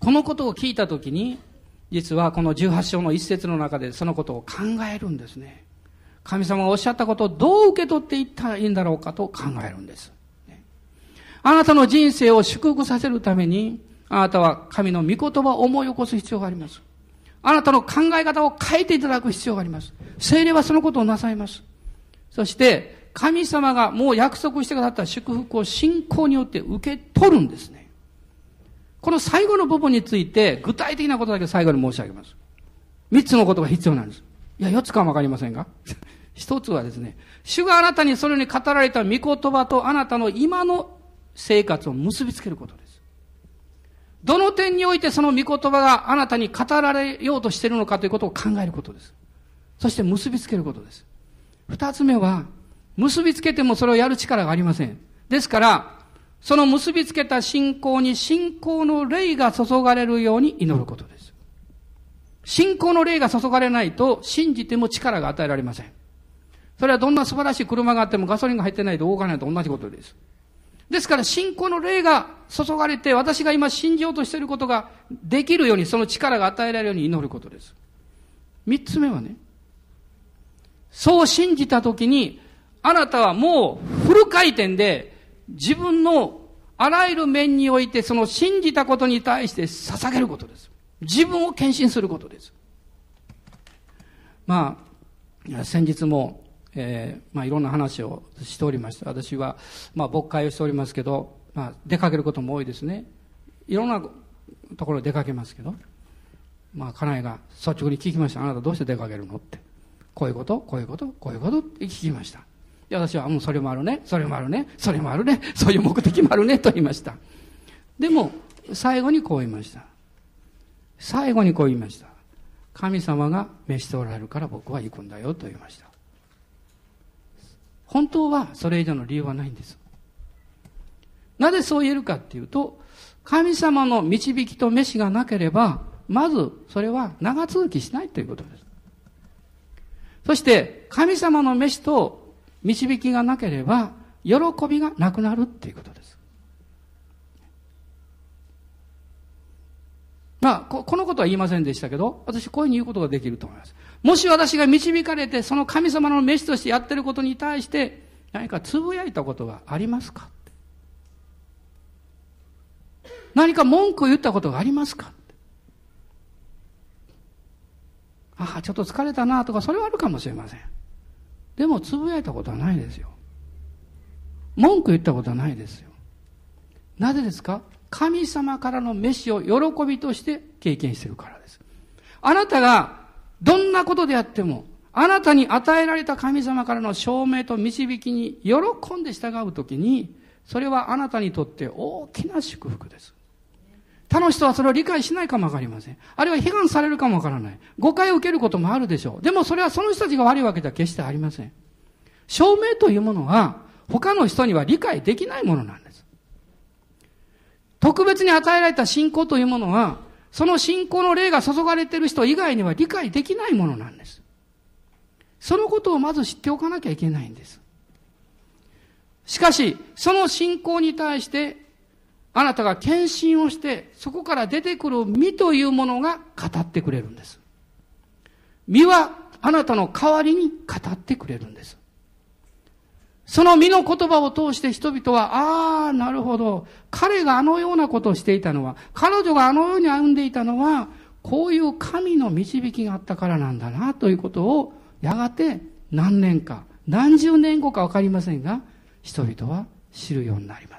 このことを聞いたときに、実はこの18章の一節の中でそのことを考えるんですね。神様がおっしゃったことをどう受け取っていったらいいんだろうかと考えるんです。あなたの人生を祝福させるために、あなたは神の御言葉を思い起こす必要があります。あなたの考え方を変えていただく必要があります。聖霊はそのことをなさいます。そして、神様がもう約束してくださった祝福を信仰によって受け取るんですね。この最後の部分について、具体的なことだけ最後に申し上げます。3つのことが必要なんです。いや、4つかもわかりませんが。1つはですね、主があなたにそれに語られた御言葉とあなたの今の生活を結びつけることです。どの点においてその御言葉があなたに語られようとしているのかということを考えることです。そして結びつけることです。2つ目は、結びつけてもそれをやる力がありません。ですから、その結びつけた信仰に信仰の霊が注がれるように祈ることです。信仰の霊が注がれないと信じても力が与えられません。それはどんな素晴らしい車があってもガソリンが入ってないと動かないと同じことです。ですから信仰の霊が注がれて私が今信じようとしていることができるようにその力が与えられるように祈ることです。3つ目はね、そう信じたときにあなたはもうフル回転で自分のあらゆる面においてその信じたことに対して捧げることです。自分を献身することです。先日も、いろんな話をしておりました。私は、牧会をしておりますけど、出かけることも多いですね。いろんなところ出かけますけど、家内が率直に聞きました。あなたどうして出かけるのって。こういうこと、こういうこと、こういうことって聞きました。で、私は、それもあるね、それもあるね、それもあるね、そういう目的もあるね、と言いました。でも、最後にこう言いました。最後にこう言いました。神様が召しておられるから僕は行くんだよと言いました。本当はそれ以上の理由はないんです。なぜそう言えるかっていうと、神様の導きと召しがなければ、まずそれは長続きしないということです。そして、神様の召しと導きがなければ、喜びがなくなるっていうことです。このことは言いませんでしたけど、私こういうふうに言うことができると思います。もし私が導かれて、その神様の召しとしてやっていることに対して、何かつぶやいたことがありますか？何か文句を言ったことがありますか？ちょっと疲れたなとか、それはあるかもしれません。でも、つぶやいたことはないですよ。文句言ったことはないですよ。なぜですか？神様からの召しを喜びとして経験しているからです。あなたがどんなことであっても、あなたに与えられた神様からの証明と導きに喜んで従うときに、それはあなたにとって大きな祝福です。他の人はそれを理解しないかもわかりません。あるいは批判されるかもわからない。誤解を受けることもあるでしょう。でもそれはその人たちが悪いわけでは決してありません。証明というものは他の人には理解できないものなんです。特別に与えられた信仰というものは、その信仰の霊が注がれている人以外には理解できないものなんです。そのことをまず知っておかなきゃいけないんです。しかし、その信仰に対して、あなたが献身をして、そこから出てくる実というものが語ってくれるんです。実はあなたの代わりに語ってくれるんです。その実の言葉を通して人々は、なるほど。彼があのようなことをしていたのは、彼女があのように歩んでいたのは、こういう神の導きがあったからなんだな、ということを、やがて何年か、何十年後かわかりませんが、人々は知るようになります。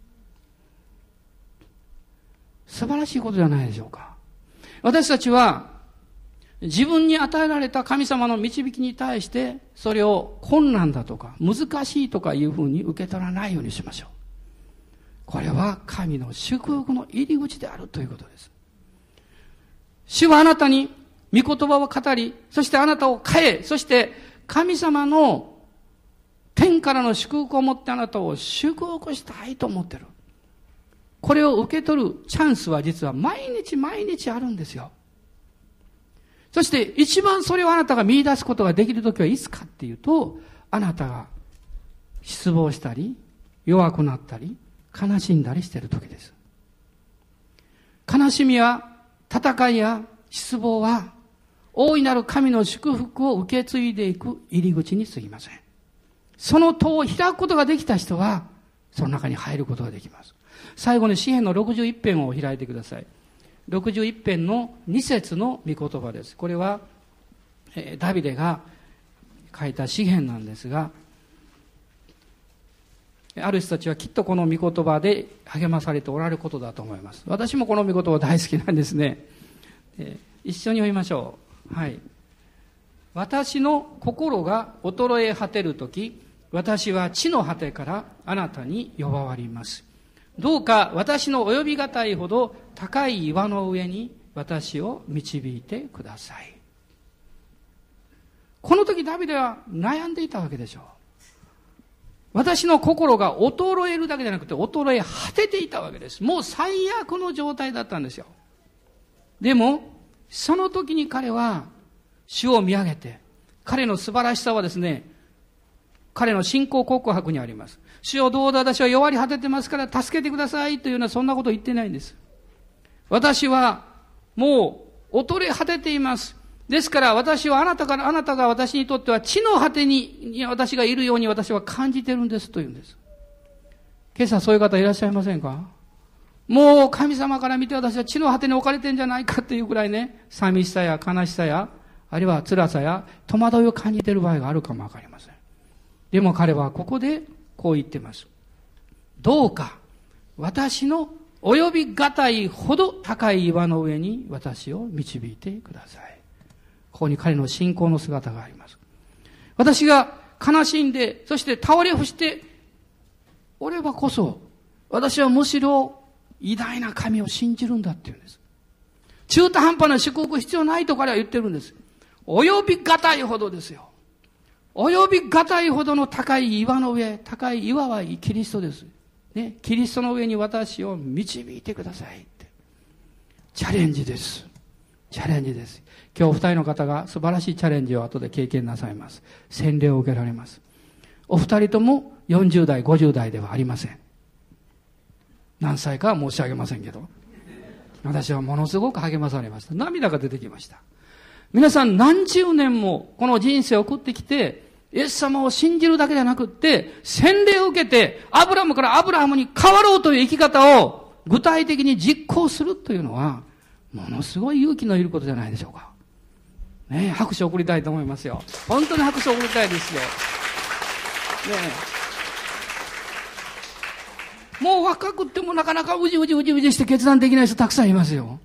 素晴らしいことじゃないでしょうか。私たちは、自分に与えられた神様の導きに対して、それを困難だとか難しいとかいうふうに受け取らないようにしましょう。これは神の祝福の入り口であるということです。主はあなたに御言葉を語り、そしてあなたを変え、そして神様の天からの祝福を持ってあなたを祝福したいと思っている。これを受け取るチャンスは実は毎日毎日あるんですよ。そして一番それをあなたが見出すことができるときはいつかっていうと、あなたが失望したり、弱くなったり、悲しんだりしているときです。 悲しみや戦いや失望は、大いなる神の祝福を受け継いでいく入り口に過ぎません。その戸を開くことができた人は、その中に入ることができます。最後に詩編の61編を開いてください。61編の2節の御言葉です。これは、ダビデが書いた詩編なんですが、ある人たちはきっとこの御言葉で励まされておられることだと思います。私もこの御言葉大好きなんですね。一緒に読みましょう。はい。私の心が衰え果てるとき、私は地の果てからあなたに呼ばわります。どうか私の及びがたいほど高い岩の上に私を導いてください。この時ダビデは悩んでいたわけでしょう。私の心が衰えるだけじゃなくて衰え果てていたわけです。もう最悪の状態だったんですよ。でも、その時に彼は主を見上げて、彼の素晴らしさはですね、彼の信仰告白にあります。主よ、どうぞ私は弱り果ててますから助けてくださいというようなそんなことを言ってないんです。私はもう衰え果てています。ですから私はあなたが私にとっては地の果てに私がいるように私は感じてるんですというんです。今朝そういう方いらっしゃいませんか？もう神様から見て私は地の果てに置かれてんじゃないかっていうくらいね、寂しさや悲しさや、あるいは辛さや戸惑いを感じている場合があるかもわかりません。でも彼はここでこう言ってます。どうか私の及びがたいほど高い岩の上に私を導いてください。ここに彼の信仰の姿があります。私が悲しんで、そして倒れ伏しておればこそ、私はむしろ偉大な神を信じるんだっていうんです。中途半端な祝福必要ないと彼は言ってるんです。及びがたいほどですよ。及びがたいほどの高い岩の上、高い岩はキリストです。ね、キリストの上に私を導いてくださいって。チャレンジです。チャレンジです。今日お二人の方が素晴らしいチャレンジを後で経験なさいます。洗礼を受けられます。お二人とも40代、50代ではありません。何歳かは申し上げませんけど。私はものすごく励まされました。涙が出てきました。皆さん何十年もこの人生を送ってきて、イエス様を信じるだけじゃなくって、洗礼を受けて、アブラムからアブラハムに変わろうという生き方を具体的に実行するというのは、ものすごい勇気のいることじゃないでしょうか。ねえ、拍手を送りたいと思いますよ。本当に拍手を送りたいですよ。ねえ、もう若くってもなかなかうじして決断できない人たくさんいますよ。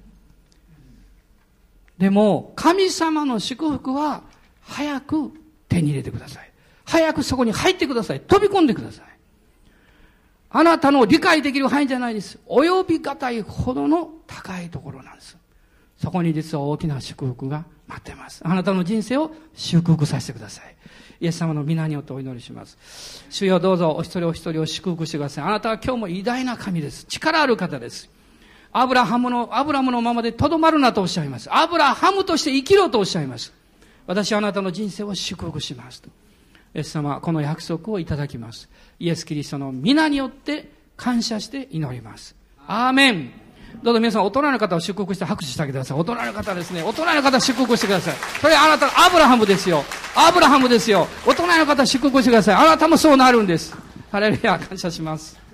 でも、神様の祝福は早く手に入れてください。早くそこに入ってください。飛び込んでください。あなたの理解できる範囲じゃないです。及びがたいほどの高いところなんです。そこに実は大きな祝福が待っています。あなたの人生を祝福させてください。イエス様の皆によってお祈りします。主よ、どうぞお一人お一人を祝福してください。あなたは今日も偉大な神です。力ある方です。アブラムのままでとどまるなとおっしゃいます。アブラハムとして生きろとおっしゃいます。私はあなたの人生を祝福しますと。イエス様、この約束をいただきます。イエス・キリストの皆によって感謝して祈ります。アーメン。どうぞ皆さん、大人の方を祝福して拍手してあげてください。大人の方ですね。大人の方祝福してください。それあなた、アブラハムですよ。アブラハムですよ。大人の方祝福してください。あなたもそうなるんです。ハレルヤ、感謝します。